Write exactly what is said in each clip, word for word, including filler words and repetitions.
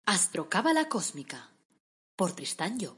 Astrocábala cósmica, por Tristán Job.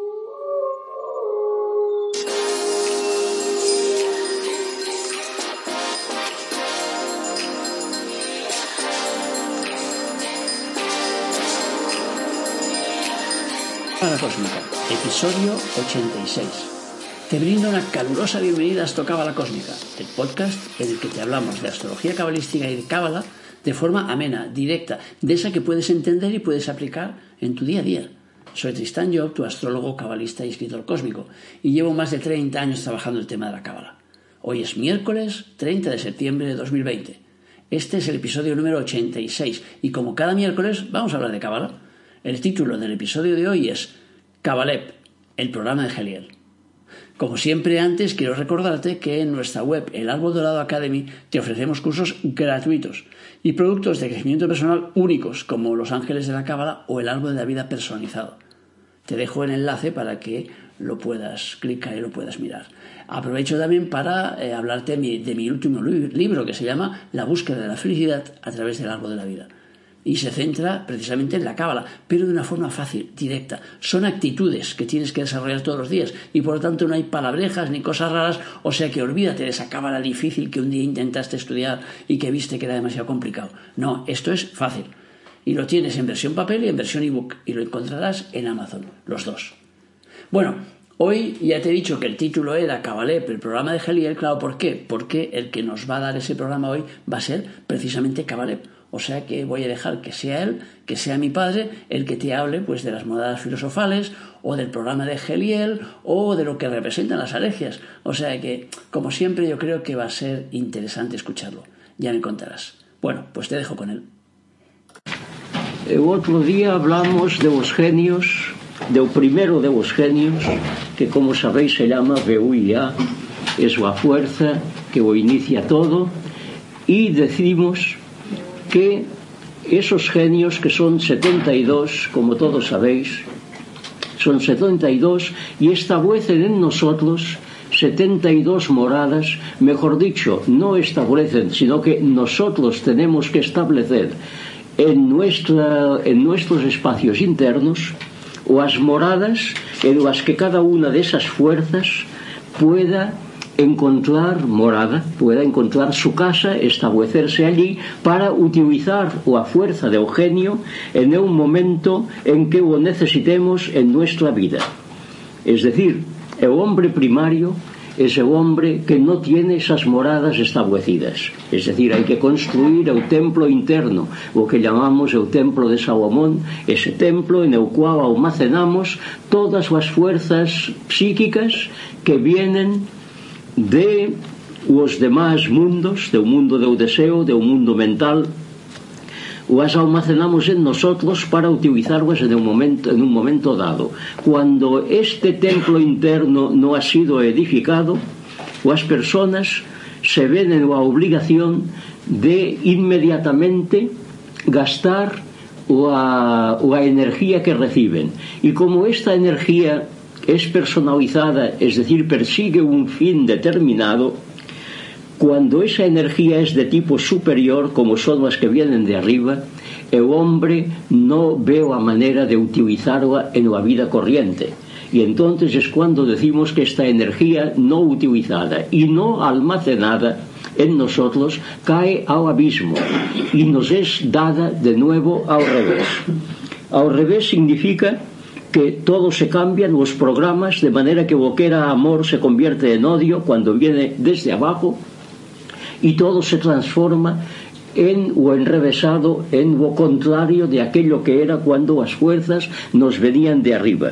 Astrocábala cósmica, episodio ochenta y seis. Te brindo una calurosa bienvenida a Astrocábala cósmica, el podcast en el que te hablamos de astrología cabalística y de cábala de forma amena, directa, de esa que puedes entender y puedes aplicar en tu día a día. Soy Tristán Job, tu astrólogo, cabalista y escritor cósmico, y llevo más de treinta años trabajando el tema de la cábala. Hoy es miércoles treinta de septiembre de dos mil veinte. Este es el episodio número ochenta y seis, y como cada miércoles vamos a hablar de cábala. El título del episodio de hoy es Cabalep, el programa de Heliel. Como siempre antes, quiero recordarte que en nuestra web, el Árbol Dorado Academy, te ofrecemos cursos gratuitos y productos de crecimiento personal únicos, como los ángeles de la cábala o el árbol de la vida personalizado. Te dejo el enlace para que lo puedas clicar y lo puedas mirar. Aprovecho también para eh, hablarte de mi, de mi último libro, que se llama La búsqueda de la felicidad a través del árbol de la vida. Y se centra precisamente en la cábala, pero de una forma fácil, directa. Son actitudes que tienes que desarrollar todos los días y por lo tanto no hay palabrejas ni cosas raras, o sea que olvídate de esa cábala difícil que un día intentaste estudiar y que viste que era demasiado complicado. No, esto es fácil. Y lo tienes en versión papel y en versión ebook y lo encontrarás en Amazon, los dos. Bueno, hoy ya te he dicho que el título era Cabalep, el programa de Heliel. Claro, ¿por qué? Porque el que nos va a dar ese programa hoy va a ser precisamente Cabalep. O sea que voy a dejar que sea él, que sea mi padre, el que te hable pues de las monadas filosofales o del programa de Heliel o de lo que representan las alergias. O sea que, como siempre, yo creo que va a ser interesante escucharlo. Ya me contarás. Bueno, pues te dejo con él. El otro día hablamos de los genios, del primero de los genios, que como sabéis se llama Beuía, es la fuerza que lo inicia todo, y decimos que esos genios, que son setenta y dos, como todos sabéis, son setenta y dos, y establecen en nosotros setenta y dos moradas, mejor dicho, no establecen, sino que nosotros tenemos que establecer en, nuestra, en nuestros espacios internos las moradas en las que cada una de esas fuerzas pueda encontrar morada, pueda encontrar su casa, establecerse allí para utilizar la fuerza del genio en un momento en que lo necesitemos en nuestra vida. Es decir, el hombre primario es el hombre que no tiene esas moradas establecidas. Es decir, hay que construir el templo interno, lo que llamamos el templo de Salomón, ese templo en el cual almacenamos todas las fuerzas psíquicas que vienen de los demás mundos, del mundo del deseo, del mundo mental. Las almacenamos en nosotros para utilizarlas en un momento, en un momento dado. Cuando este templo interno no ha sido edificado, las personas se ven en la obligación de inmediatamente gastar la, la energía que reciben. Y como esta energía es personalizada, es decir, persigue un fin determinado, cuando esa energía es de tipo superior, como son las que vienen de arriba, el hombre no ve la manera de utilizarla en la vida corriente. Y entonces es cuando decimos que esta energía no utilizada y no almacenada en nosotros cae al abismo y nos es dada de nuevo al revés. Al revés significa que todo se cambia en los programas, de manera que lo que era amor se convierte en odio cuando viene desde abajo, y todo se transforma en lo enrevesado, en lo contrario de aquello que era cuando las fuerzas nos venían de arriba.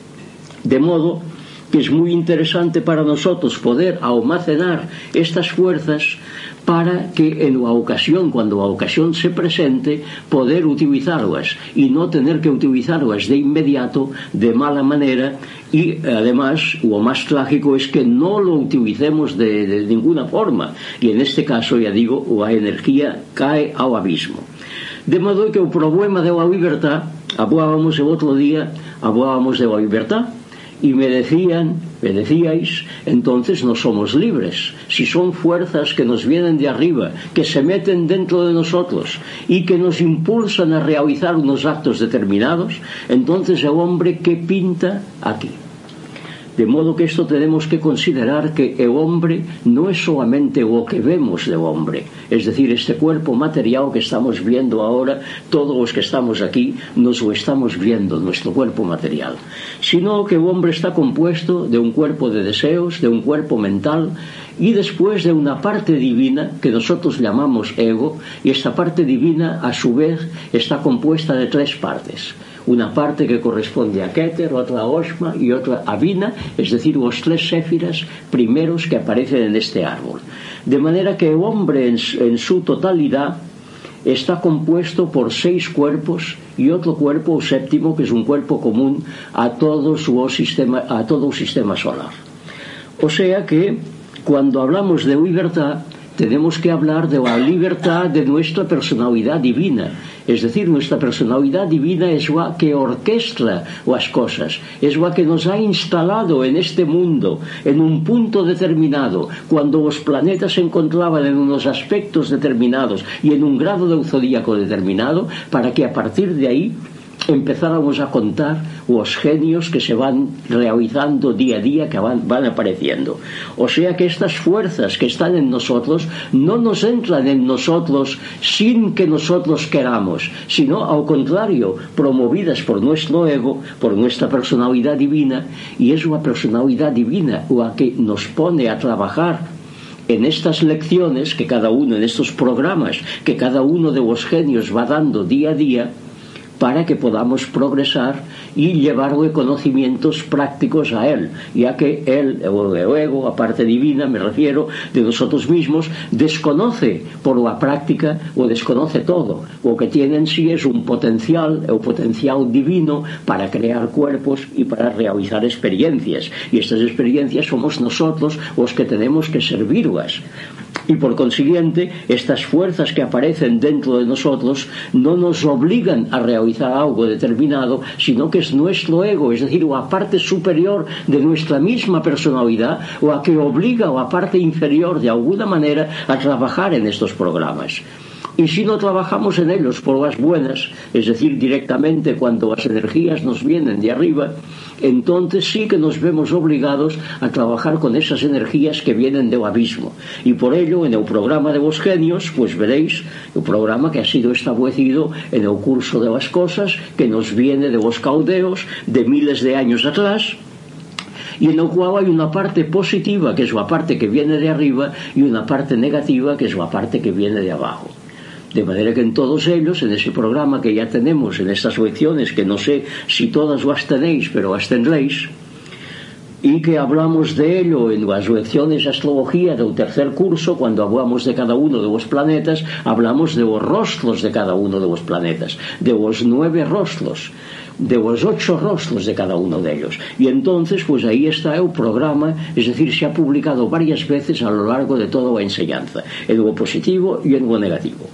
De modo que es muy interesante para nosotros poder almacenar estas fuerzas para que en la ocasión, cuando la ocasión se presente, poder utilizarlas y no tener que utilizarlas de inmediato, de mala manera. Y además lo más trágico es que no lo utilicemos de, de ninguna forma, y en este caso, ya digo, la energía cae al abismo. De modo que el problema de la libertad, hablábamos el otro día, hablábamos de la libertad, Y me decían, me decíais, entonces no somos libres. Si son fuerzas que nos vienen de arriba, que se meten dentro de nosotros y que nos impulsan a realizar unos actos determinados, entonces el hombre, ¿qué pinta aquí? De modo que esto tenemos que considerar que el hombre no es solamente lo que vemos del hombre, es decir, este cuerpo material que estamos viendo ahora, todos los que estamos aquí nos lo estamos viendo, nuestro cuerpo material, sino que el hombre está compuesto de un cuerpo de deseos, de un cuerpo mental y después de una parte divina que nosotros llamamos ego, y esta parte divina a su vez está compuesta de tres partes. Una parte que corresponde a Keter, otra a Oshma y otra a Bina, es decir, los tres séfiras primeros que aparecen en este árbol. De manera que el hombre en, en su totalidad está compuesto por seis cuerpos y otro cuerpo, el séptimo, que es un cuerpo común a todo, su sistema, a todo el sistema solar. O sea que cuando hablamos de libertad, tenemos que hablar de la libertad de nuestra personalidad divina. Es decir, nuestra personalidad divina es la que orquestra las cosas, es la que nos ha instalado en este mundo, en un punto determinado, cuando los planetas se encontraban en unos aspectos determinados y en un grado del zodíaco determinado, para que a partir de ahí empezáramos a contar los genios que se van realizando día a día, que van, van apareciendo. O sea que estas fuerzas que están en nosotros no nos entran en nosotros sin que nosotros queramos, sino al contrario, promovidas por nuestro ego, por nuestra personalidad divina, y es la personalidad divina la que nos pone a trabajar en estas lecciones que cada uno, en estos programas que cada uno de los genios va dando día a día, para que podamos progresar y llevarle conocimientos prácticos a él, ya que él, el ego, la parte divina, me refiero, de nosotros mismos, desconoce por la práctica o desconoce todo. Lo que tiene en sí es un potencial, el potencial divino para crear cuerpos y para realizar experiencias, y estas experiencias somos nosotros los que tenemos que servirlas. Y por consiguiente, estas fuerzas que aparecen dentro de nosotros no nos obligan a realizar algo determinado, sino que es nuestro ego, es decir, la parte superior de nuestra misma personalidad, la que obliga a la parte inferior de alguna manera a trabajar en estos programas. Y si no trabajamos en ellos por las buenas, es decir, directamente cuando las energías nos vienen de arriba, entonces sí que nos vemos obligados a trabajar con esas energías que vienen del abismo. Y por ello, en el programa de los genios, pues veréis, el programa que ha sido establecido en el curso de las cosas, que nos viene de los caldeos, de miles de años atrás, y en el cual hay una parte positiva, que es la parte que viene de arriba, y una parte negativa, que es la parte que viene de abajo. De manera que en todos ellos, en ese programa que ya tenemos, en estas lecciones, que no sé si todas las tenéis, pero las tendréis, y que hablamos de ello en las lecciones de astrología del tercer curso, cuando hablamos de cada uno de los planetas, hablamos de los rostros de cada uno de los planetas, de los nueve rostros, de los ocho rostros de cada uno de ellos. Y entonces, pues ahí está el programa, es decir, se ha publicado varias veces a lo largo de toda la enseñanza, en lo positivo y en lo negativo.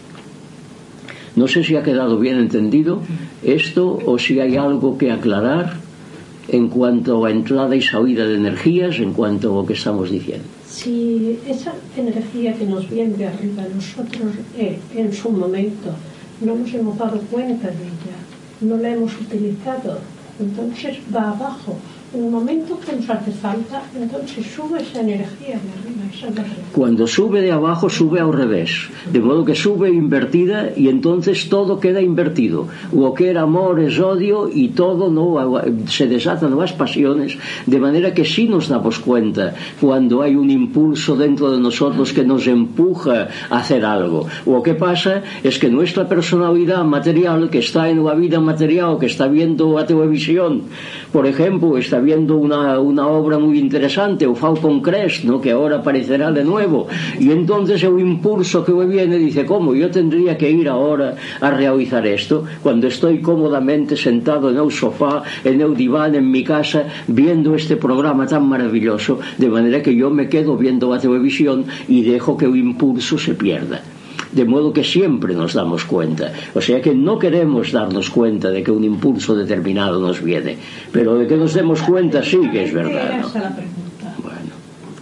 No sé si ha quedado bien entendido esto o si hay algo que aclarar en cuanto a entrada y salida de energías, en cuanto a lo que estamos diciendo. Si esa energía que nos viene de arriba, nosotros eh, en su momento no nos hemos dado cuenta de ella, no la hemos utilizado, entonces va abajo. En el momento que nos hace falta, entonces sube esa energía de arriba, esa de arriba. Cuando sube de abajo, sube al revés, de modo que sube invertida y entonces todo queda invertido. Lo que era amor es odio y todo no se desatan las pasiones, de manera que sí nos damos cuenta cuando hay un impulso dentro de nosotros que nos empuja a hacer algo. Lo que pasa es que nuestra personalidad material, que está en la vida material, que está viendo la televisión, por ejemplo, está viendo una, una obra muy interesante, o Falcon Crest, ¿no?, que ahora aparecerá de nuevo, y entonces el impulso que me viene dice, ¿cómo? Yo tendría que ir ahora a realizar esto, cuando estoy cómodamente sentado en el sofá, en el diván, en mi casa, viendo este programa tan maravilloso, de manera que yo me quedo viendo la televisión y dejo que el impulso se pierda. de modo que siempre nos damos cuenta. O sea que no queremos darnos cuenta de que un impulso determinado nos viene, pero de que nos demos cuenta sí que es verdad, ¿no? Bueno,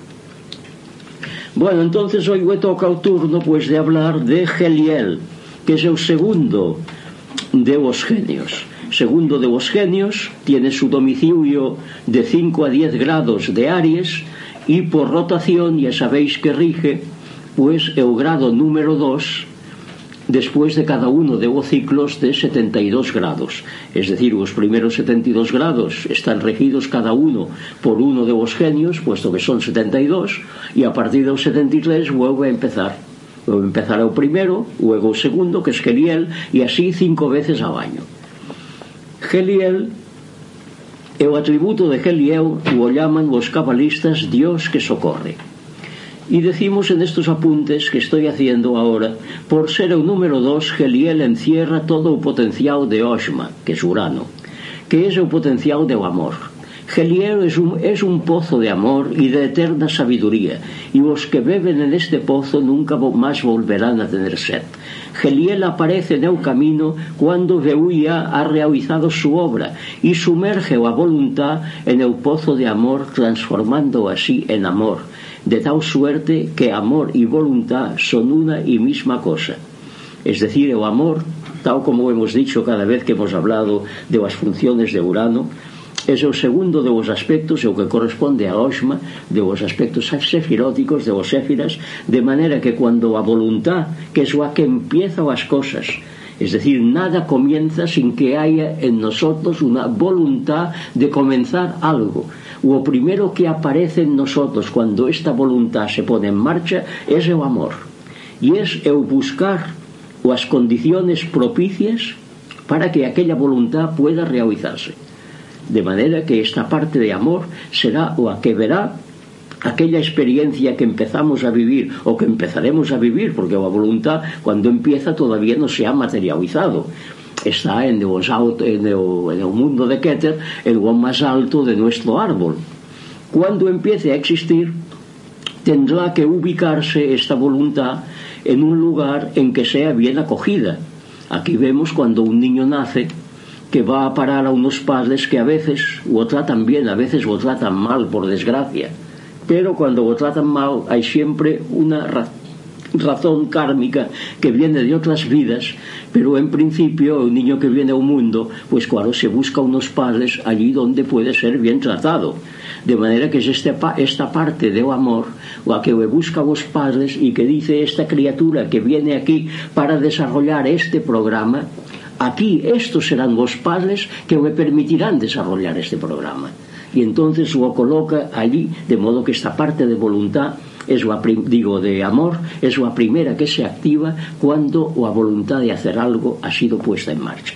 bueno entonces hoy me toca el turno pues de hablar de Heliel, que es el segundo de los genios. Segundo de los genios, tiene su domicilio de cinco a diez grados de Aries y por rotación ya sabéis que rige pues el grado número dos después de cada uno de los ciclos de setenta y dos grados. Es decir, los primeros setenta y dos grados están regidos cada uno por uno de los genios, puesto que son setenta y dos, y a partir del setenta y tres vuelve a empezar. Luego empezará el primero, luego el segundo, que es Heliel, y así cinco veces al año. Heliel, el atributo de Heliel lo llaman los cabalistas Dios que socorre. Y decimos en estos apuntes que estoy haciendo ahora, por ser el número dos, Heliel encierra todo el potencial de Oshma, que es Urano, que es el potencial del amor. Heliel es un, es un pozo de amor y de eterna sabiduría, y los que beben en este pozo nunca más volverán a tener sed. Heliel aparece en el camino cuando Beuya ha realizado su obra y sumerge la voluntad en el pozo de amor, transformando así en amor, de tal suerte que amor y voluntad son una y misma cosa. Es decir, el amor, tal como hemos dicho cada vez que hemos hablado de las funciones de Urano, es el segundo de los aspectos, el que corresponde a Oshma, de los aspectos sefiróticos, de los séfiras, de manera que cuando la voluntad, que es la que empieza las cosas, es decir, nada comienza sin que haya en nosotros una voluntad de comenzar algo. Lo primero que aparece en nosotros cuando esta voluntad se pone en marcha es el amor, y es el buscar las condiciones propicias para que aquella voluntad pueda realizarse. De manera que esta parte de amor será la que verá aquella experiencia que empezamos a vivir o que empezaremos a vivir, porque la voluntad cuando empieza todavía no se ha materializado. Está en el, alto, en, el, en el mundo de Keter, en lo más alto de nuestro árbol. Cuando empiece a existir, tendrá que ubicarse esta voluntad en un lugar en que sea bien acogida. Aquí vemos cuando un niño nace, que va a parar a unos padres que a veces lo tratan bien, a veces lo tratan mal, por desgracia. Pero cuando lo tratan mal hay siempre una razón razón kármica que viene de otras vidas, pero en principio el niño que viene al mundo, pues claro, se busca unos padres allí donde puede ser bien tratado, de manera que es este, esta parte del amor la que le busca a los padres y que dice esta criatura que viene aquí para desarrollar este programa, aquí estos serán los padres que le permitirán desarrollar este programa, y entonces lo coloca allí, de modo que esta parte de voluntad es la, digo, de amor, es la primera que se activa cuando la voluntad de hacer algo ha sido puesta en marcha.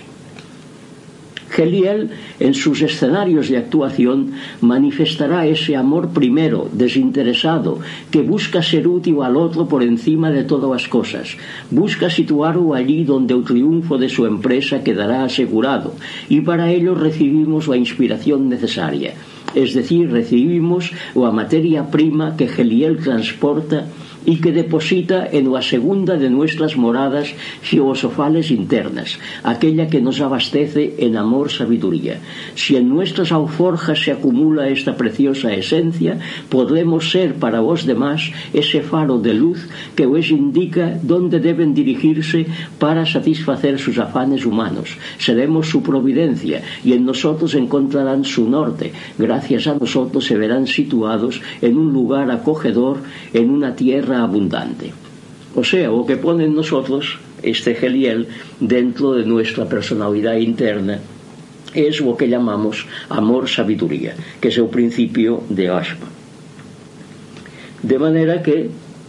Heliel, en sus escenarios de actuación, manifestará ese amor primero, desinteresado, que busca ser útil al otro por encima de todas las cosas. Busca situarlo allí donde el triunfo de su empresa quedará asegurado, y para ello recibimos la inspiración necesaria. Es decir, recibimos la materia prima que Heliel transporta y que deposita en la segunda de nuestras moradas filosofales internas, aquella que nos abastece en amor-sabiduría. Si en nuestras alforjas se acumula esta preciosa esencia, podremos ser para los demás ese faro de luz que les indica dónde deben dirigirse para satisfacer sus afanes humanos. Seremos su providencia y en nosotros encontrarán su norte. Gracias a nosotros se verán situados en un lugar acogedor, en una tierra abundante. O sea, lo que pone en nosotros este Heliel dentro de nuestra personalidad interna es lo que llamamos amor-sabiduría, que es el principio de Ashma. De manera que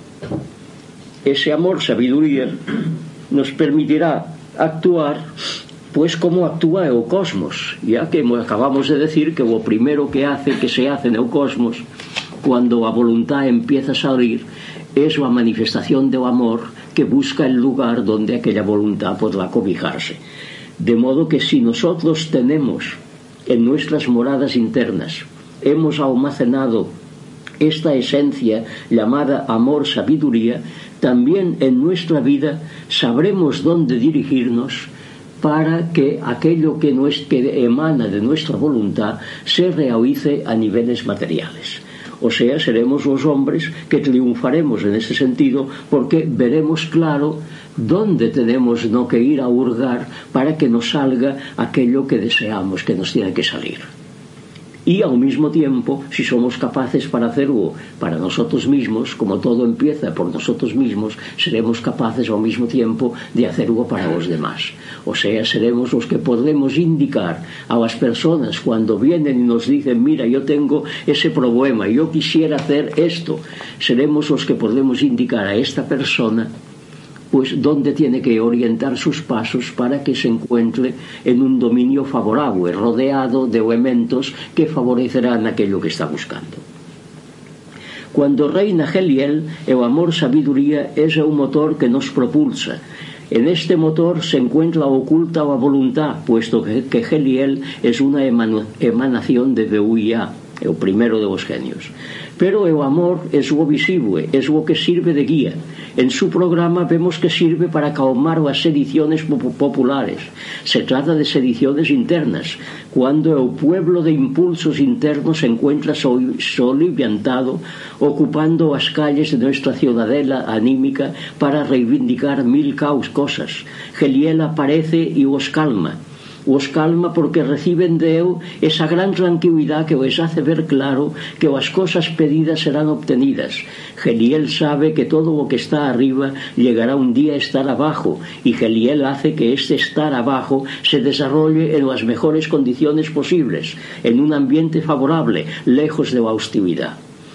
ese amor-sabiduría nos permitirá actuar pues como actúa el cosmos, ya que acabamos de decir que lo primero que hace, que se hace en el cosmos, cuando la voluntad empieza a salir, es la manifestación del amor que busca el lugar donde aquella voluntad podrá cobijarse. De modo que si nosotros tenemos en nuestras moradas internas, hemos almacenado esta esencia llamada amor-sabiduría, también en nuestra vida sabremos dónde dirigirnos para que aquello que, no es, que emana de nuestra voluntad se realice a niveles materiales. O sea, seremos los hombres que triunfaremos en ese sentido, porque veremos claro dónde tenemos no que ir a hurgar para que nos salga aquello que deseamos que nos tiene que salir. Y al mismo tiempo, si somos capaces para hacerlo para nosotros mismos, como todo empieza por nosotros mismos, seremos capaces al mismo tiempo de hacerlo para los demás. O sea, seremos los que podremos indicar a las personas cuando vienen y nos dicen: mira, yo tengo ese problema, yo quisiera hacer esto. Seremos los que podemos indicar a esta persona pues dónde tiene que orientar sus pasos para que se encuentre en un dominio favorable, rodeado de elementos que favorecerán aquello que está buscando. Cuando reina Heliel, el amor-sabiduría es el motor que nos propulsa. En este motor se encuentra oculta la voluntad, puesto que, que Heliel es una emanación de Beuya, el primero de los genios. Pero el amor es lo visible, es lo que sirve de guía. En su programa vemos que sirve para calmar las sediciones populares. Se trata de sediciones internas, cuando el pueblo de impulsos internos se encuentra soliviantado, ocupando las calles de nuestra ciudadela anímica para reivindicar mil caos cosas. Heliel aparece y os calma. Os calma porque reciben de él esa gran tranquilidad que les hace ver claro que las cosas pedidas serán obtenidas. Heliel sabe que todo lo que está arriba llegará un día a estar abajo, y Heliel hace que este estar abajo se desarrolle en las mejores condiciones posibles, en un ambiente favorable, lejos de la hostilidad.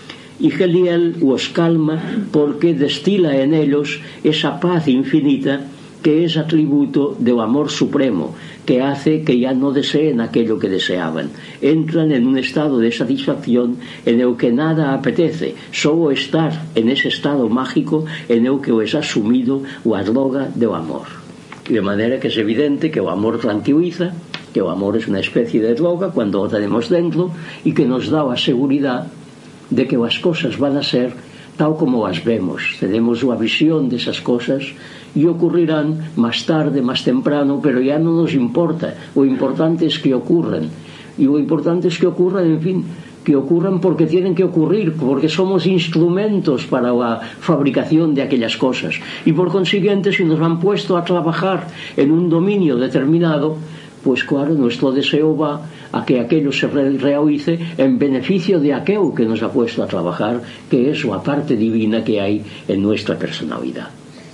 Y Heliel os calma porque destila en ellos esa paz infinita que es atributo del amor supremo, que hace que ya no deseen aquello que deseaban. Entran en un estado de satisfacción en el que nada apetece, solo estar en ese estado mágico en el que les ha sumido la droga del amor. De manera que es evidente que el amor tranquiliza, que el amor es una especie de droga cuando lo tenemos dentro, y que nos da la seguridad de que las cosas van a ser tal como las vemos. Tenemos la visión de esas cosas y ocurrirán más tarde, más temprano, pero ya no nos importa. Lo importante es que ocurran. Y lo importante es que ocurran, en fin, que ocurran porque tienen que ocurrir, porque somos instrumentos para la fabricación de aquellas cosas. Y por consiguiente, si nos han puesto a trabajar en un dominio determinado, pues claro, nuestro deseo va a que aquello se realice en beneficio de aquello que nos ha puesto a trabajar, que es la parte divina que hay en nuestra personalidad.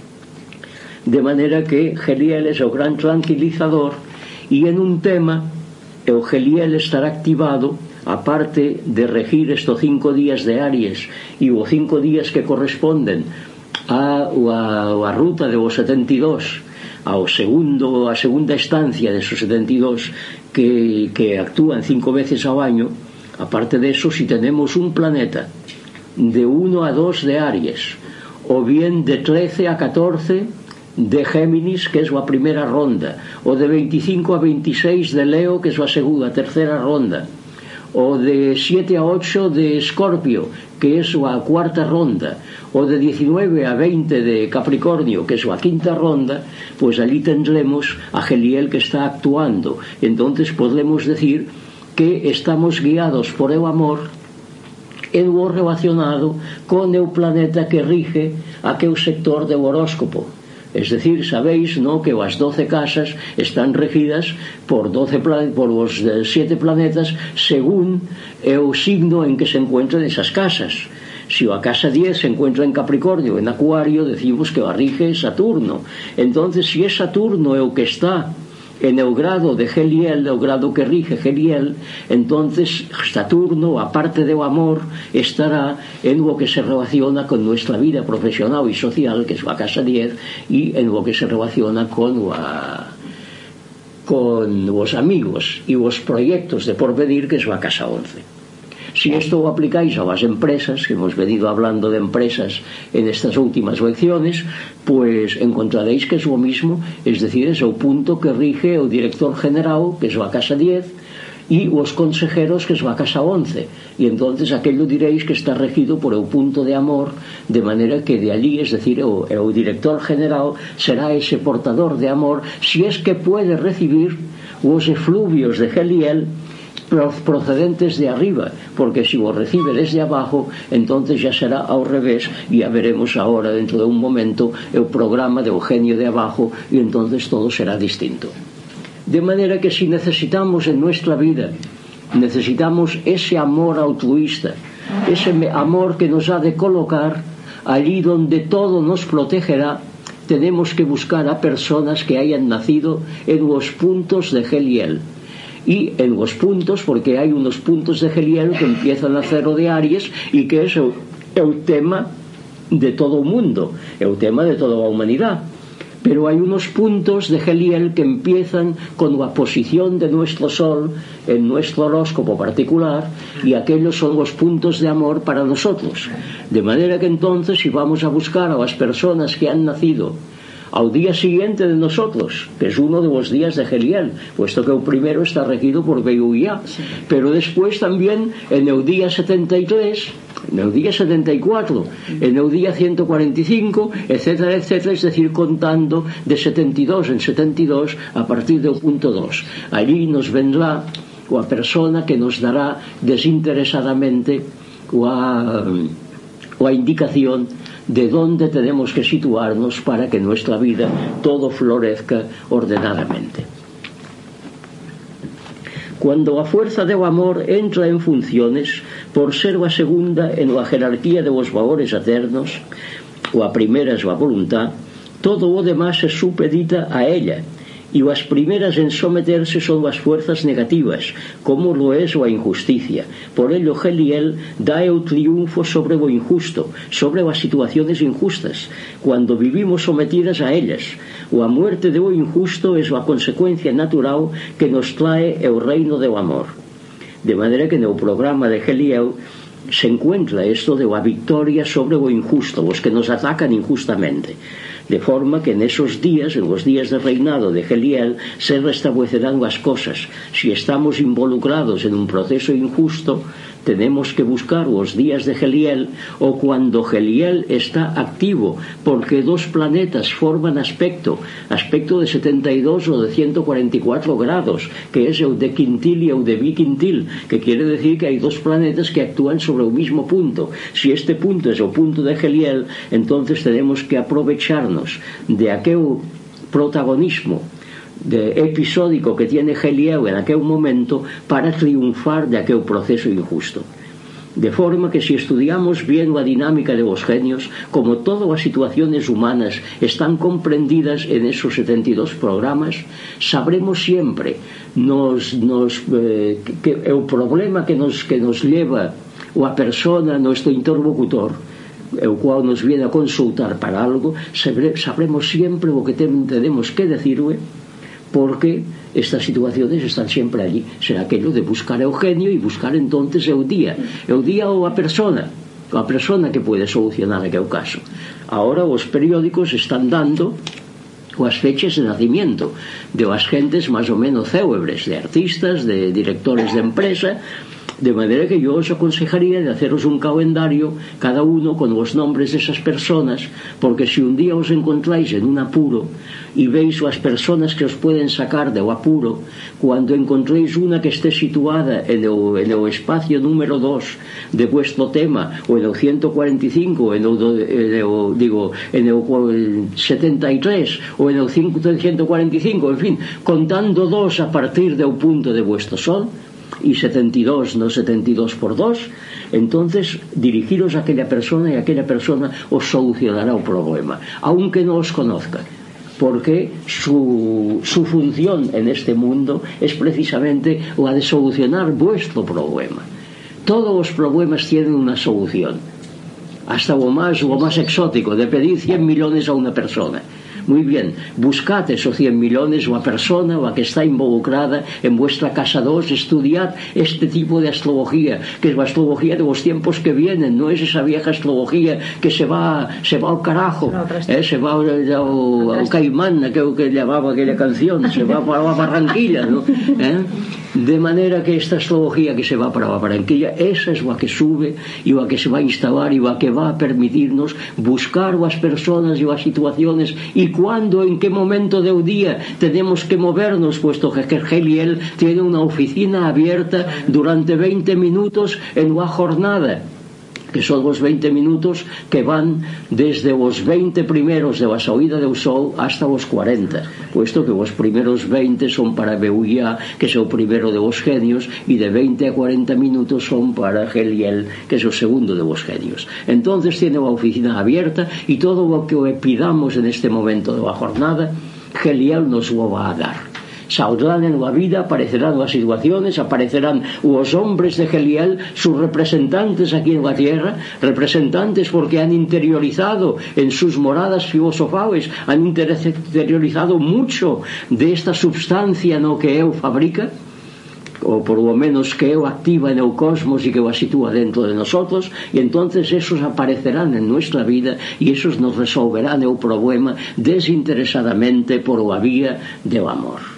De manera que Heliel es el gran tranquilizador, y en un tema el Heliel estará activado, aparte de regir estos cinco días de Aries y los cinco días que corresponden a la, la ruta de los setenta y dos, a, segundo, a segunda estancia de esos setenta y dos que, que actúan cinco veces al año. Aparte de eso, si tenemos un planeta de uno a dos de Aries, o bien de trece a catorce de Géminis, que es la primera ronda, o de veinticinco a veintiséis de Leo, que es la segunda, tercera ronda, o de siete a ocho de Escorpio, que es la cuarta ronda, o de diecinueve a veinte de Capricornio, que es la quinta ronda, pues allí tendremos a Heliel que está actuando. Entonces podremos decir que estamos guiados por el amor en lo relacionado con el planeta que rige aquel sector del horóscopo. Es decir, sabéis, ¿no?, que las doce casas están regidas por, doce plan- por los siete planetas según el signo en que se encuentran esas casas. Si la casa diez se encuentra en Capricornio, en Acuario, decimos que la rige Saturno. Entonces, si es Saturno el que está en el grado de Heliel, el grado que rige Heliel, entonces Saturno, aparte del amor, estará en lo que se relaciona con nuestra vida profesional y social, que es la casa diez, y en lo que se relaciona con la, con los amigos y los proyectos de porvenir, que es la casa once. Si esto lo aplicáis a las empresas, que hemos venido hablando de empresas en estas últimas lecciones, pues encontraréis que es lo mismo, es decir, es el punto que rige el director general, que es la casa diez, y os consejeros, que es va a casa once, y entonces aquello diréis que está regido por el punto de amor, de manera que de allí, es decir, el, el director general será ese portador de amor, si es que puede recibir los efluvios de Geliel procedentes de arriba, porque si lo recibe desde abajo, entonces ya será al revés, y ya veremos ahora dentro de un momento el programa de Eugenio de abajo, y entonces todo será distinto. De manera que si necesitamos en nuestra vida, necesitamos ese amor altruista, ese amor que nos ha de colocar allí donde todo nos protegerá, tenemos que buscar a personas que hayan nacido en los puntos de Geliel. Y en los puntos, porque hay unos puntos de Geliel que empiezan a cero de Aries, y que es el, el tema de todo el mundo, el tema de toda la humanidad. Pero hay unos puntos de Geliel que empiezan con la posición de nuestro Sol en nuestro horóscopo particular, y aquellos son los puntos de amor para nosotros. De manera que entonces, si vamos a buscar a las personas que han nacido al día siguiente de nosotros, que es uno de los días de Geliel, puesto que el primero está regido por Beuya, pero después también en el día setenta y tres, en el día setenta y cuatro, en el día ciento cuarenta y cinco, etcétera, etcétera, es decir, contando de setenta y dos en setenta y dos a partir del punto dos. Allí nos vendrá la persona que nos dará desinteresadamente la, la indicación de dónde tenemos que situarnos para que nuestra vida todo florezca ordenadamente. Cuando la fuerza del amor entra en funciones, por ser la segunda en la jerarquía de los valores eternos, la primera es la voluntad, todo lo demás se supedita a ella, y las primeras en someterse son las fuerzas negativas, como lo es la injusticia. Por ello Geliel da el triunfo sobre lo injusto, sobre las situaciones injustas, cuando vivimos sometidas a ellas. La muerte de lo injusto es la consecuencia natural que nos trae el reino del amor. De manera que en el programa de Geliel se encuentra esto de la victoria sobre lo injusto, los que nos atacan injustamente. De forma que en esos días, en los días de reinado de Geliel, se restablecerán las cosas. Si estamos involucrados en un proceso injusto, tenemos que buscar los días de Geliel, o cuando Geliel está activo, porque dos planetas forman aspecto, aspecto de setenta y dos o de ciento cuarenta y cuatro grados, que es el de quintil y el de biquintil, que quiere decir que hay dos planetas que actúan sobre el mismo punto. Si este punto es el punto de Geliel, entonces tenemos que aprovecharnos de aquel protagonismo de episódico que tiene Geliel en aquel momento para triunfar de aquel proceso injusto. De forma que si estudiamos bien la dinámica de los genios, como todas las situaciones humanas están comprendidas en esos setenta y dos programas, sabremos siempre nos, nos, eh, que el problema que nos, que nos lleva la persona, nuestro interlocutor, el cual nos viene a consultar para algo, sabremos siempre lo que tenemos que decirle, porque estas situaciones están siempre allí. Será aquello de buscar a Eugenio y buscar entonces el día el día o la persona la persona que puede solucionar aquel caso. Ahora los periódicos están dando las fechas de nacimiento de las gentes más o menos célebres, de artistas, de directores de empresa, de manera que yo os aconsejaría de haceros un calendario cada uno con los nombres de esas personas, porque si un día os encontráis en un apuro y veis las personas que os pueden sacar del apuro, cuando encontréis una que esté situada en el, en el espacio número dos de vuestro tema, o en el ciento cuarenta y cinco, en el, en el, digo, en el setenta y tres o en el ciento cuarenta y cinco, en fin, contando dos a partir del punto de vuestro Sol, y setenta y dos, no setenta y dos por dos, entonces dirigiros a aquella persona y aquella persona os solucionará el problema, aunque no os conozca, porque su, su función en este mundo es precisamente la de solucionar vuestro problema. Todos los problemas tienen una solución, hasta lo más, lo más exótico, de pedir cien millones a una persona. Muy bien, buscad esos cien milones o a persona o a que está involucrada en vuestra casa dos, estudiad este tipo de astrología, que es la astrología de los tiempos que vienen, no es esa vieja astrología que se va, se va al carajo, eh, se va al, al, al Caimán, aquello que llamaba aquella canción, se va para la Barranquilla, ¿no? ¿Eh? De manera que esta astrología que se va para la Barranquilla, esa es la que sube y la que se va a instalar y la que va a permitirnos buscar las personas y las situaciones y cuándo, en qué momento del día tenemos que movernos, puesto que Heliel tiene una oficina abierta durante veinte minutos en la jornada, que son los veinte minutos que van desde los veinte primeros de la salida del sol hasta los cuarenta, puesto que los primeros veinte son para Beuya, que es el primero de los genios, y de veinte a cuarenta minutos son para Heliel, que es el segundo de los genios. Entonces tiene la oficina abierta y todo lo que le pidamos en este momento de la jornada, Heliel nos lo va a dar. Saldrán en la vida, aparecerán las situaciones, aparecerán los hombres de Heliel, sus representantes aquí en la tierra, representantes porque han interiorizado en sus moradas filosofales, han interiorizado mucho de esta substancia, ¿no?, que él fabrica, o por lo menos que él activa en el cosmos y que lo sitúa dentro de nosotros, y entonces esos aparecerán en nuestra vida y esos nos resolverán el problema desinteresadamente por la vía del amor.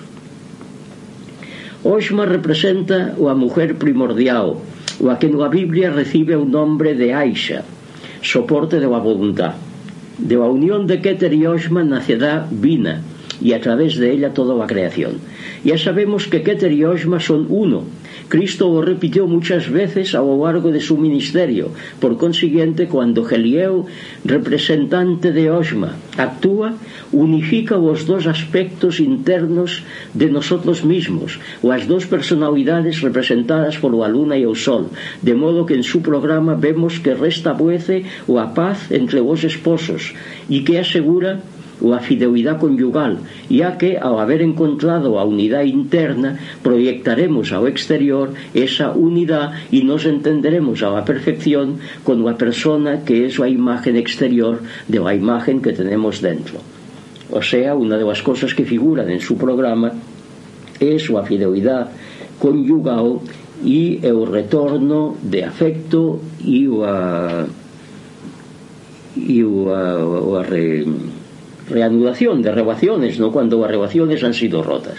Oshma representa a mujer primordial, la que en la Biblia recibe el nombre de Aisha, soporte de la voluntad. De la unión de Keter y Oshma nacerá Bina, y a través de ella toda la creación. Ya sabemos que Keter y Oshma son uno. Cristo lo repitió muchas veces a lo largo de su ministerio. Por consiguiente, cuando Heliel, representante de Oshma, actúa, unifica los dos aspectos internos de nosotros mismos, las dos personalidades representadas por la luna y el sol, de modo que en su programa vemos que restablece la paz entre los esposos y que asegura la fidelidad conyugal, ya que al haber encontrado la unidad interna proyectaremos al exterior esa unidad y nos entenderemos a la perfección con la persona que es la imagen exterior de la imagen que tenemos dentro. O sea, una de las cosas que figuran en su programa es la fidelidad conyugal y el retorno de afecto y la, y la, la re, reanudación de relaciones, ¿no?, cuando las relaciones han sido rotas.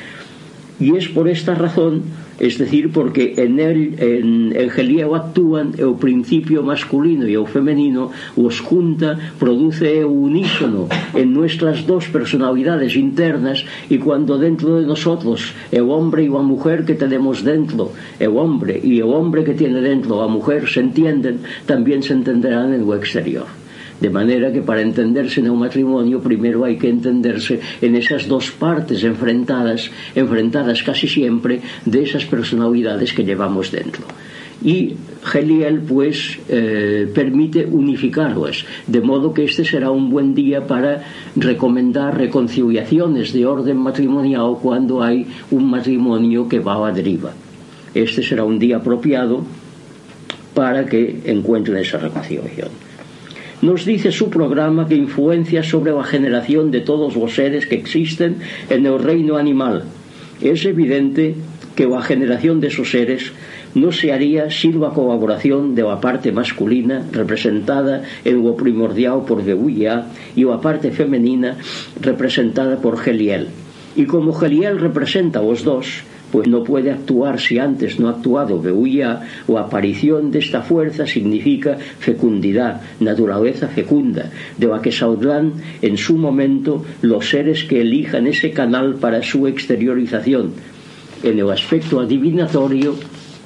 Y es por esta razón, es decir, porque en el, en el Heliel actúan el principio masculino y el femenino, los junta, produce el unísono en nuestras dos personalidades internas, y cuando dentro de nosotros el hombre y la mujer que tenemos dentro, el hombre y el hombre que tiene dentro la mujer se entienden, también se entenderán en lo exterior. De manera que para entenderse en un matrimonio primero hay que entenderse en esas dos partes enfrentadas, enfrentadas casi siempre de esas personalidades que llevamos dentro. Y Heliel pues eh, permite unificarlas, de modo que este será un buen día para recomendar reconciliaciones de orden matrimonial cuando hay un matrimonio que va a la deriva. Este será un día apropiado para que encuentren esa reconciliación. Nos dice su programa que influencia sobre la generación de todos los seres que existen en el reino animal. Es evidente que la generación de esos seres no se haría sin la colaboración de la parte masculina, representada en lo primordial por Beuya, y la parte femenina, representada por Heliel. Y como Heliel representa a los dos, pues no puede actuar si antes no ha actuado Beuya. La aparición de esta fuerza significa fecundidad, naturaleza fecunda, de la que saldrán en su momento los seres que elijan ese canal para su exteriorización. En el aspecto adivinatorio,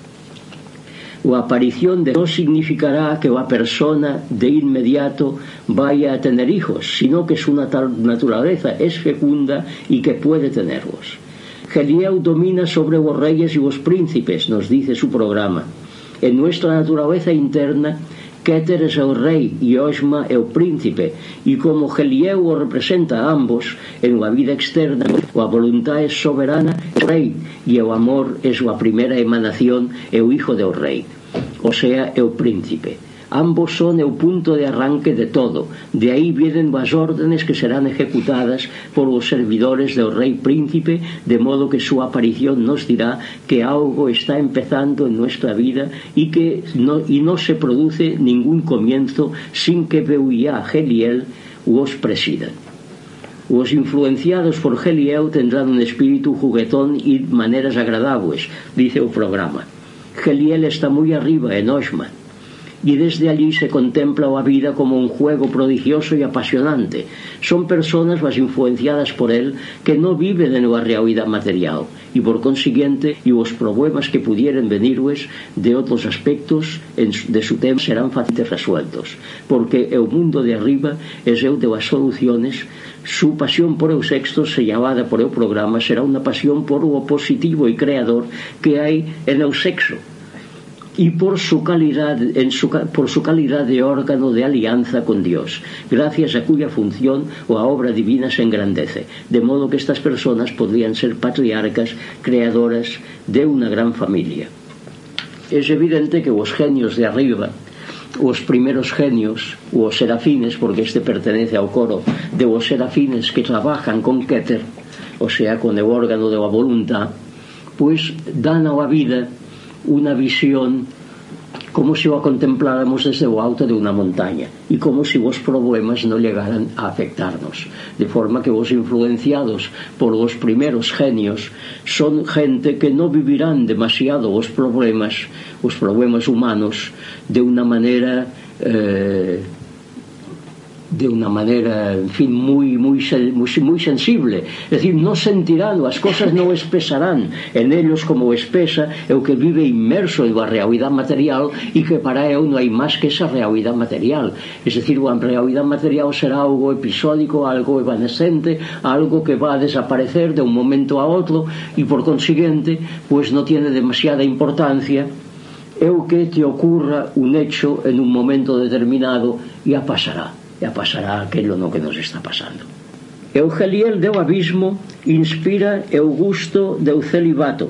la aparición de no significará que la persona de inmediato vaya a tener hijos, sino que su naturaleza es fecunda y que puede tenerlos. Heliel domina sobre los reyes y los príncipes, nos dice su programa. En nuestra naturaleza interna, Keter es el rey y Oshma el príncipe, y como Heliel lo representa a ambos, en la vida externa la voluntad es soberana, el rey, y el amor es la primera emanación, el hijo del rey, o sea, el príncipe. Ambos son el punto de arranque de todo. De ahí vienen las órdenes que serán ejecutadas por los servidores del Rey Príncipe, de modo que su aparición nos dirá que algo está empezando en nuestra vida y que no, y no se produce ningún comienzo sin que Beuiá Geliel os presida. Los influenciados por Geliel tendrán un espíritu juguetón y maneras agradables, dice el programa. Geliel está muy arriba en Oshma, y desde allí se contempla la vida como un juego prodigioso y apasionante. Son personas más influenciadas por él que no viven en la realidad material y por consiguiente y los problemas que pudieran venirles de otros aspectos de su tema serán fácilmente resueltos, porque el mundo de arriba es el de las soluciones. Su pasión por el sexto, señalada por el programa, será una pasión por lo positivo y creador que hay en el sexo y por su calidad, en su, por su calidad de órgano de alianza con Dios, gracias a cuya función la obra divina se engrandece, de modo que estas personas podrían ser patriarcas, creadoras de una gran familia. Es evidente que los genios de arriba, los primeros genios, los serafines, porque este pertenece al coro de los serafines que trabajan con Keter, o sea, con el órgano de la voluntad, pues dan a la vida una visión como si lo contempláramos desde lo alto de una montaña y como si los problemas no llegaran a afectarnos, de forma que los influenciados por los primeros genios son gente que no vivirán demasiado los problemas los problemas humanos de una manera eh, de una manera, en fin, muy, muy, muy, muy sensible. Es decir, no sentirán, las cosas no les pesarán en ellos como les pesa el que vive inmerso en la realidad material y que para él no hay más que esa realidad material. Es decir, la realidad material será algo episódico, algo evanescente, algo que va a desaparecer de un momento a otro y por consiguiente pues no tiene demasiada importancia el que te ocurra un hecho en un momento determinado. Ya pasará. Ya pasará aquello no que nos está pasando. El Geliel del abismo inspira el gusto del celibato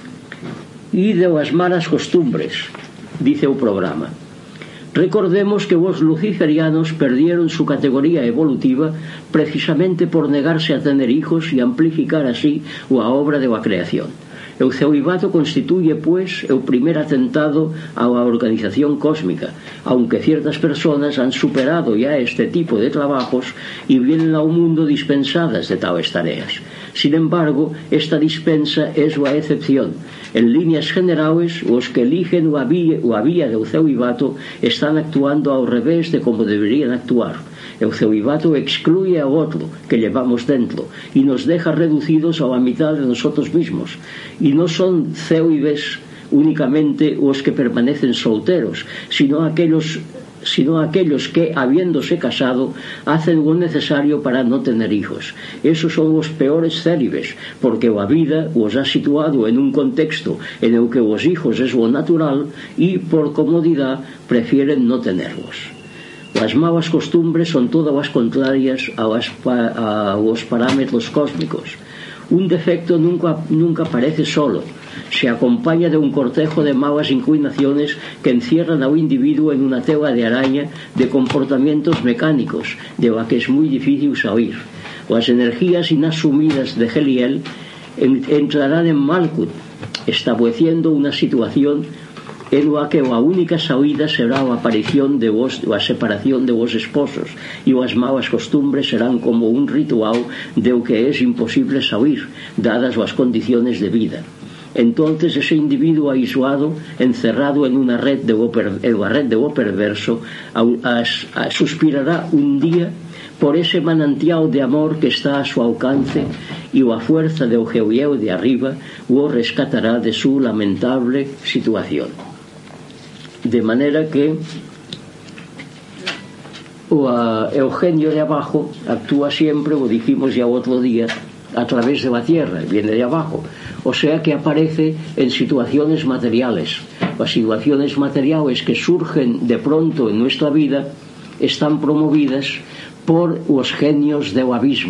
y de las malas costumbres, dice el programa. Recordemos que los luciferianos perdieron su categoría evolutiva precisamente por negarse a tener hijos y amplificar así la obra de la creación. El celibato constituye, pues, el primer atentado a la organización cósmica, aunque ciertas personas han superado ya este tipo de trabajos y vienen a un mundo dispensadas de tales tareas. Sin embargo, esta dispensa es la excepción. En líneas generales, los que eligen la vía, la vía del celibato están actuando al revés de como deberían actuar. El celibato excluye al otro que llevamos dentro y nos deja reducidos a la mitad de nosotros mismos. Y no son célibes únicamente los que permanecen solteros, sino aquellos, sino aquellos que, habiéndose casado, hacen lo necesario para no tener hijos. Esos son los peores célibes, porque la vida los ha situado en un contexto en el que los hijos es lo natural y, por comodidad, prefieren no tenerlos. Las malas costumbres son todas las contrarias a, las, a los parámetros cósmicos. Un defecto nunca, nunca aparece solo, se acompaña de un cortejo de malas inclinaciones que encierran al individuo en una tela de araña de comportamientos mecánicos, de la que es muy difícil salir. Las energías inasumidas de Geliel entrarán en Malkut, estableciendo una situación en la que la única salida será la aparición de vos, la separación de vos esposos, y las malas costumbres serán como un ritual del que es imposible salir, dadas las condiciones de vida. Entonces ese individuo aislado, encerrado en una red de lo, per, en la red de lo perverso, a, a, a, suspirará un día por ese manantial de amor que está a su alcance, y la fuerza del Geliel de arriba lo rescatará de su lamentable situación. De manera que o, el genio de abajo actúa siempre, lo dijimos ya otro día, a través de la tierra, viene de abajo, o sea que aparece en situaciones materiales. Las situaciones materiales que surgen de pronto en nuestra vida están promovidas por los genios del abismo,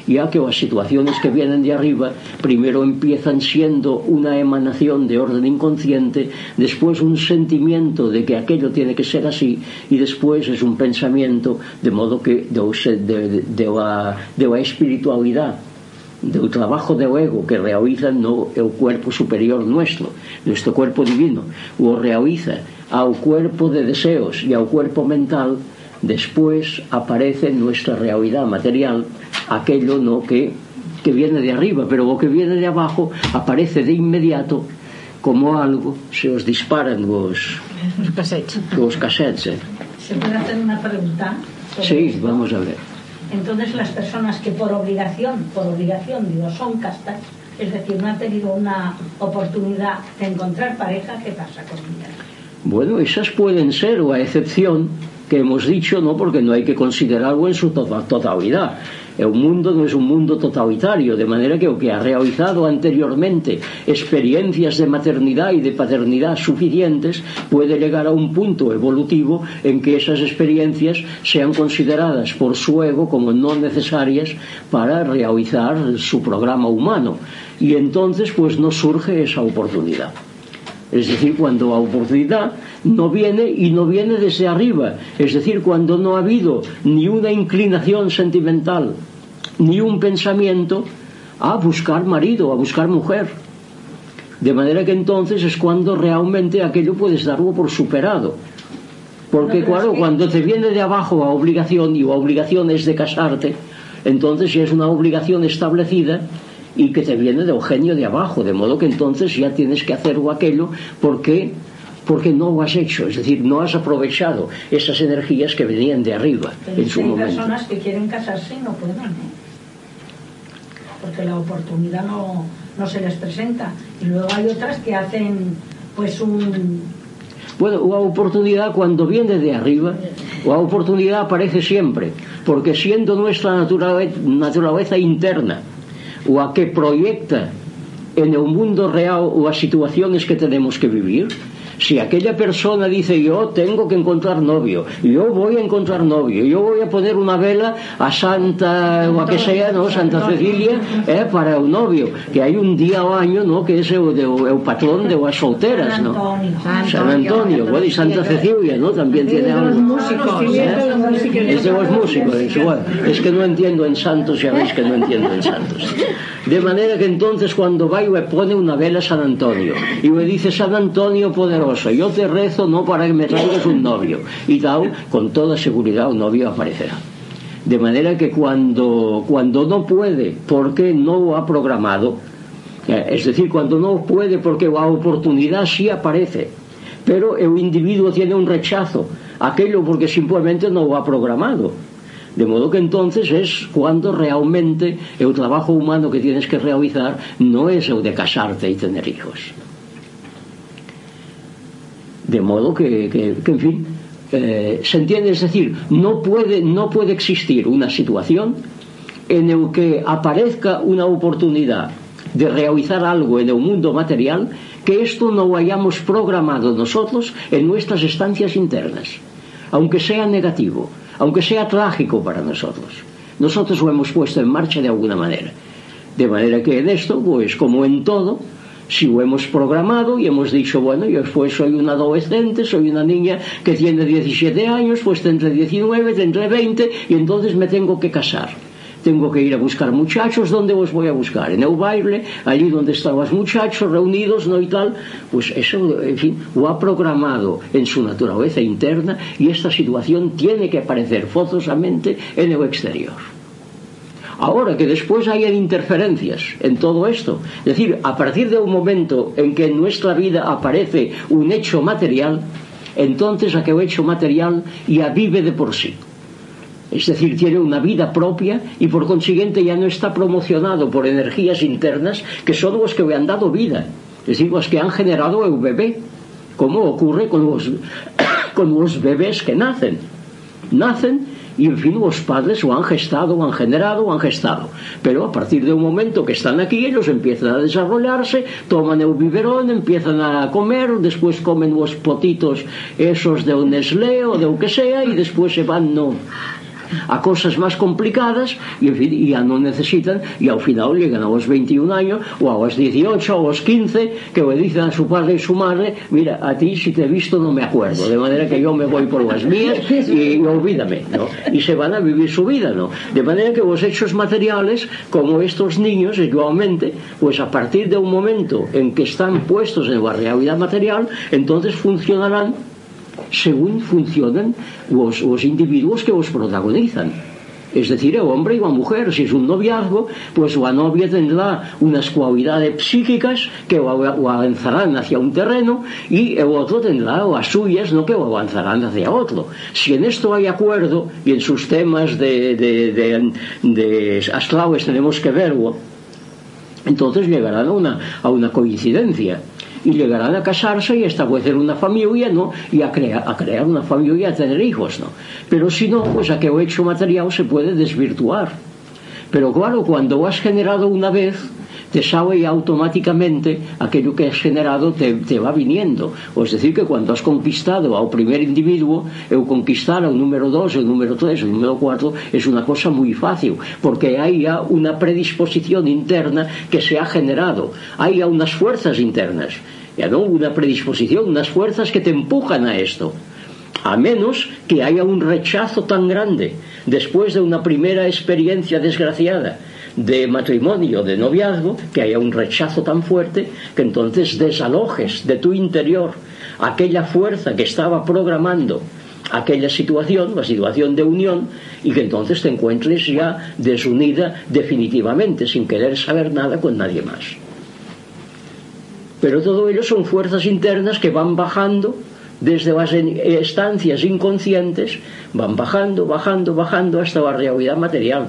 ya que las situaciones que vienen de arriba primero empiezan siendo una emanación de orden inconsciente, después un sentimiento de que aquello tiene que ser así, y después es un pensamiento, de modo que de, de, de, la, de la espiritualidad, del trabajo del ego que realiza no el cuerpo superior nuestro, nuestro cuerpo divino, lo realiza al cuerpo de deseos y al cuerpo mental. Después aparece en nuestra realidad material aquello no que, que viene de arriba, pero lo que viene de abajo aparece de inmediato como algo, se os disparan los, los cassettes. Los cassettes ¿eh? ¿Se puede hacer una pregunta? Sí, esto? Vamos a ver. Entonces, las personas que por obligación, por obligación, digo, son castas, es decir, no han tenido una oportunidad de encontrar pareja, ¿qué pasa con ellas? Bueno, esas pueden ser la excepción que hemos dicho, ¿no? Porque no hay que considerarlo en su totalidad. El mundo no es un mundo totalitario, de manera que el que ha realizado anteriormente experiencias de maternidad y de paternidad suficientes puede llegar a un punto evolutivo en que esas experiencias sean consideradas por su ego como no necesarias para realizar su programa humano, y entonces pues no surge esa oportunidad. Es decir, cuando la oportunidad no viene, y no viene desde arriba, es decir, cuando no ha habido ni una inclinación sentimental ni un pensamiento a buscar marido, a buscar mujer, de manera que entonces es cuando realmente aquello puedes darlo por superado. Porque claro, cuando te viene de abajo la obligación, y la obligación es de casarte, entonces ya es una obligación establecida y que te viene del genio de abajo, de modo que entonces ya tienes que hacer o aquello porque, porque no lo has hecho, es decir, no has aprovechado esas energías que venían de arriba. Pero en su hay momento. personas que quieren casarse y no pueden, ¿eh? Porque la oportunidad no, no se les presenta, y luego hay otras que hacen pues un... Bueno, la oportunidad cuando viene de arriba, la oportunidad aparece siempre, porque siendo nuestra naturaleza, naturaleza interna o a que proyecta en el mundo real las situaciones que tenemos que vivir, si aquella persona dice yo tengo que encontrar novio, yo voy a encontrar novio, yo voy a poner una vela a Santa o a que sea, ¿no? Santa Cecilia eh, para el novio, que hay un día al año, ¿no? Que es el, el, el patrón de las solteras, ¿no? San Antonio, San Antonio, bueno, y Santa Cecilia, ¿no? También tiene algo. ¿Eh? Es de los músicos, es igual. Es que no entiendo en santos, ya veis que no entiendo en santos. De manera que entonces cuando va y le pone una vela a San Antonio y le dice San Antonio poderoso, yo te rezo no para que me traigas un novio y tal, con toda seguridad un novio aparecerá. De manera que cuando, cuando no puede porque no lo ha programado, es decir, cuando no puede porque la oportunidad sí aparece, pero el individuo tiene un rechazo aquello porque simplemente no lo ha programado, de modo que entonces es cuando realmente el trabajo humano que tienes que realizar no es el de casarte y tener hijos. De modo que, que, que en fin, eh, se entiende, es decir, no puede, no puede existir una situación en la que aparezca una oportunidad de realizar algo en el mundo material que esto no lo hayamos programado nosotros en nuestras estancias internas, aunque sea negativo, aunque sea trágico para nosotros. Nosotros lo hemos puesto en marcha de alguna manera. De manera que en esto, pues como en todo, si lo hemos programado y hemos dicho, bueno, yo pues soy una adolescente, soy una niña que tiene diecisiete años, pues tendré diecinueve, tendré veinte, y entonces me tengo que casar. Tengo que ir a buscar muchachos. ¿Dónde os voy a buscar? En el baile, allí donde están los muchachos reunidos, ¿no? Y tal. Pues eso, en fin, lo ha programado en su naturaleza interna, y esta situación tiene que aparecer forzosamente en el exterior. Ahora que después hayan interferencias en todo esto, es decir, a partir de un momento en que en nuestra vida aparece un hecho material, entonces aquel hecho material ya vive de por sí. Es decir, tiene una vida propia y por consiguiente ya no está promocionado por energías internas que son los que le han dado vida, es decir, los que han generado el bebé, como ocurre con los, con los bebés que nacen. Nacen y en fin los padres lo han gestado, lo han generado, lo han gestado, pero a partir de un momento que están aquí ellos empiezan a desarrollarse, toman el biberón, empiezan a comer, después comen los potitos esos de un Nestlé o de lo que sea, y después se van, no, a cosas más complicadas y, en fin, y ya no necesitan, y al final llegan a los veintiún años o a los dieciocho o a los quince, que le dicen a su padre y su madre, mira, a ti si te he visto no me acuerdo, de manera que yo me voy por las mías y olvídame, ¿no? Y se van a vivir su vida, ¿no? De manera que los hechos materiales, como estos niños igualmente, pues a partir de un momento en que están puestos en la realidad material, entonces funcionarán según funcionan los, los individuos que los protagonizan. Es decir, el hombre y la mujer. Si es un noviazgo, pues la novia tendrá unas cualidades psíquicas que lo, lo avanzarán hacia un terreno, y el otro tendrá las suyas, no, que lo avanzarán hacia otro. Si en esto hay acuerdo, y en sus temas de, de, de, de astrales tenemos que verlo, entonces llegarán a una, a una coincidencia. Y llegarán a casarse y a establecer una familia, ¿no? Y a crear, a crear una familia y a tener hijos, ¿no? Pero si no, pues aquel hecho material se puede desvirtuar. Pero claro, cuando lo has generado una vez, te sale automáticamente aquello que has generado, te, te va viniendo. O es decir, que cuando has conquistado al primer individuo, el conquistar al número dos, el número tres, el número cuatro, es una cosa muy fácil, porque hay ya una predisposición interna que se ha generado, hay ya unas fuerzas internas, ya no una predisposición, unas fuerzas que te empujan a esto. A menos que haya un rechazo tan grande después de una primera experiencia desgraciada de matrimonio, de noviazgo, que haya un rechazo tan fuerte que entonces desalojes de tu interior aquella fuerza que estaba programando aquella situación, la situación de unión, y que entonces te encuentres ya desunida definitivamente, sin querer saber nada con nadie más. Pero todo ello son fuerzas internas que van bajando desde las estancias inconscientes, van bajando, bajando, bajando hasta la realidad material.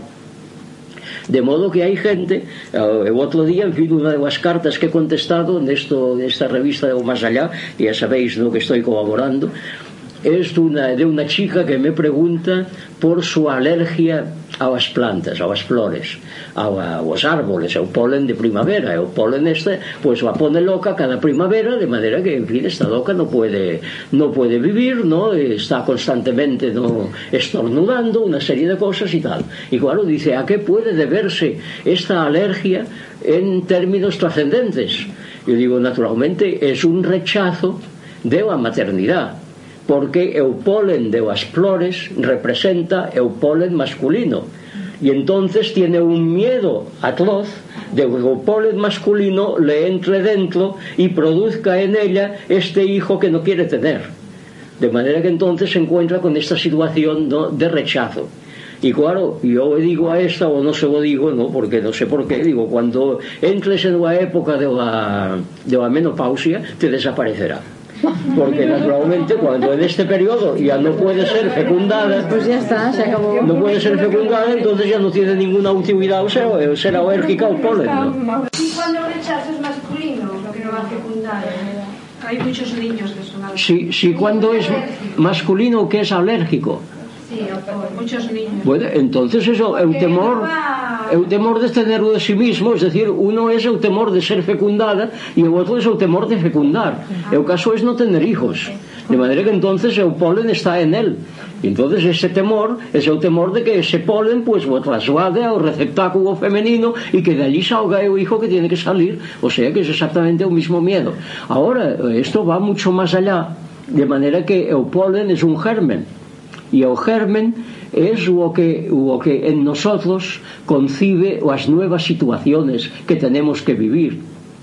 De modo que hay gente, el otro día, en fin, una de las cartas que he contestado en, esto, en esta revista de O Más Allá, y ya sabéis, ¿no?, que estoy colaborando, es de una, de una chica que me pregunta por su alergia a las plantas, a las flores, a, la, a los árboles, el polen de primavera. El polen este pues la pone loca cada primavera, de manera que, en fin, esta loca no puede, no puede vivir, ¿no? Está constantemente, ¿no?, estornudando, una serie de cosas y tal. Y claro, dice, ¿a qué puede deberse esta alergia en términos trascendentes? Yo digo, naturalmente es un rechazo de la maternidad, porque el polen de las flores representa el polen masculino, y entonces tiene un miedo atroz de que el polen masculino le entre dentro y produzca en ella este hijo que no quiere tener, de manera que entonces se encuentra con esta situación, ¿no?, de rechazo. Y claro, yo le digo a esta, o no se lo digo, no, porque no sé por qué, digo, cuando entres en la época de la, de la menopausia, te desaparecerá. Porque naturalmente cuando en este periodo ya no puede ser fecundada, pues ya está, se acabó. No puede ser fecundada, entonces ya no tiene ninguna utilidad, o sea, ser alérgica al polen, ¿no? ¿Y cuando el rechazo es masculino, lo que no va a fecundar? Hay muchos niños que son alérgicos. Sí, sí, cuando es masculino que es alérgico. Sí, muchos niños. Bueno, entonces eso, el temor, el temor de tenerlo de sí mismo, es decir, uno es el temor de ser fecundada y el otro es el temor de fecundar. El caso es no tener hijos, de manera que entonces el polen está en él. Y entonces ese temor es el temor de que ese polen pues lo traslade al receptáculo femenino y que de allí salga el hijo que tiene que salir. O sea que es exactamente el mismo miedo. Ahora, esto va mucho más allá, de manera que el polen es un germen. Y el germen es lo que, lo que en nosotros concibe las nuevas situaciones que tenemos que vivir.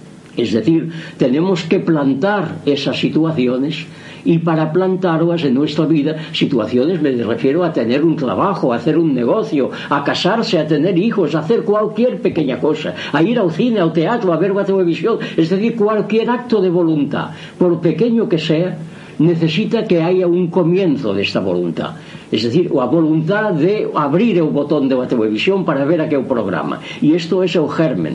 Es decir, tenemos que plantar esas situaciones, y para plantarlas en nuestra vida, situaciones, me refiero a tener un trabajo, a hacer un negocio, a casarse, a tener hijos, a hacer cualquier pequeña cosa, a ir al cine, al teatro, a ver la televisión, es decir, cualquier acto de voluntad, por pequeño que sea, necesita que haya un comienzo de esta voluntad, es decir, la voluntad de abrir el botón de la televisión para ver aquel programa, y esto es el germen.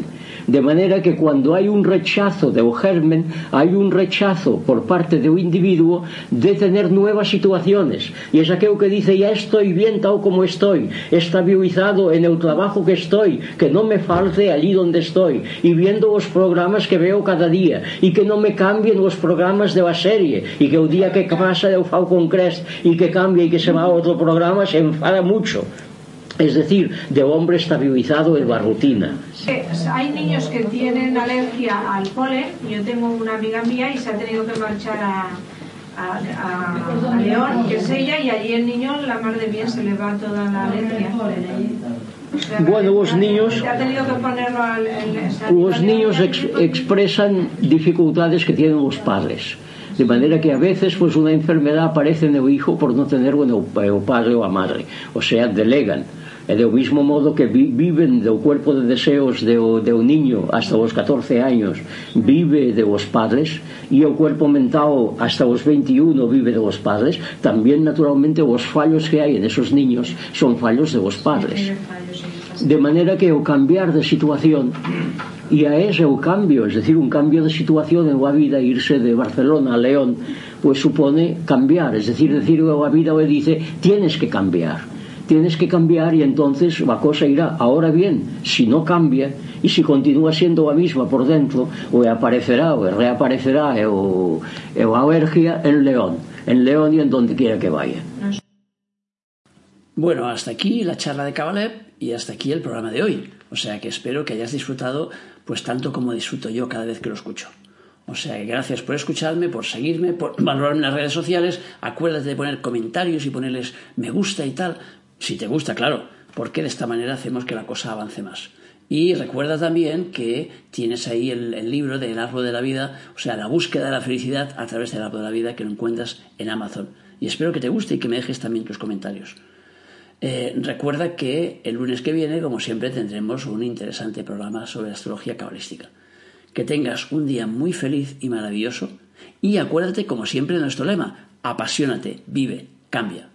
De manera que cuando hai un rechazo do germen, hai un rechazo por parte do individuo de tener nuevas situaciones. E es aquello que dice, ya estoy bien tal como estoy, estabilizado en el trabajo que estoy, que no me falte allí donde estoy, y viendo los programas que veo cada día, y que no me cambien los programas de la serie, y que el día que pasa el Fau con Crest y que cambia y que se va a otro programa se enfada mucho. Es decir, de hombre estabilizado en la rutina. Eh, hay niños que tienen alergia al polen. Yo tengo una amiga mía y se ha tenido que marchar a, a, a, a León, que es ella, y allí el niño, la mar de bien, se le va toda la alergia. O sea, bueno, los niños, ha tenido que ponerlo al, el, los niños ex, expresan dificultades que tienen los padres. De manera que a veces pues una enfermedad aparece en el hijo por no tenerlo en el, el padre o la madre. O sea, delegan. E do mismo modo que vi, viven do cuerpo de deseos do, do niño hasta os catorce años, vive de los padres, e o cuerpo mental hasta os veintiuno vive de los padres, también naturalmente os fallos que hai en esos niños son fallos de los padres. De manera que o cambiar de situación, e a ese o cambio, es decir, un cambio de situación en la vida, irse de Barcelona a León, pues supone cambiar, es decir, decir a la vida le dice, tienes que cambiar. Tienes que cambiar, y entonces la cosa irá. Ahora bien, si no cambia y si continúa siendo la misma por dentro, o aparecerá o reaparecerá o, o alergia en León, en León y en donde quiera que vaya. Bueno, hasta aquí la charla de Kabalev y hasta aquí el programa de hoy. O sea que espero que hayas disfrutado pues tanto como disfruto yo cada vez que lo escucho. O sea que gracias por escucharme, por seguirme, por valorarme en las redes sociales. Acuérdate de poner comentarios y ponerles me gusta y tal. Si te gusta, claro, porque de esta manera hacemos que la cosa avance más. Y recuerda también que tienes ahí el, el libro del Árbol de la Vida, o sea, la búsqueda de la felicidad a través del Árbol de la Vida, que lo encuentras en Amazon. Y espero que te guste y que me dejes también tus comentarios. Eh, recuerda que el lunes que viene, como siempre, tendremos un interesante programa sobre astrología cabalística. Que tengas un día muy feliz y maravilloso. Y acuérdate, como siempre, de nuestro lema, apasionate, vive, cambia.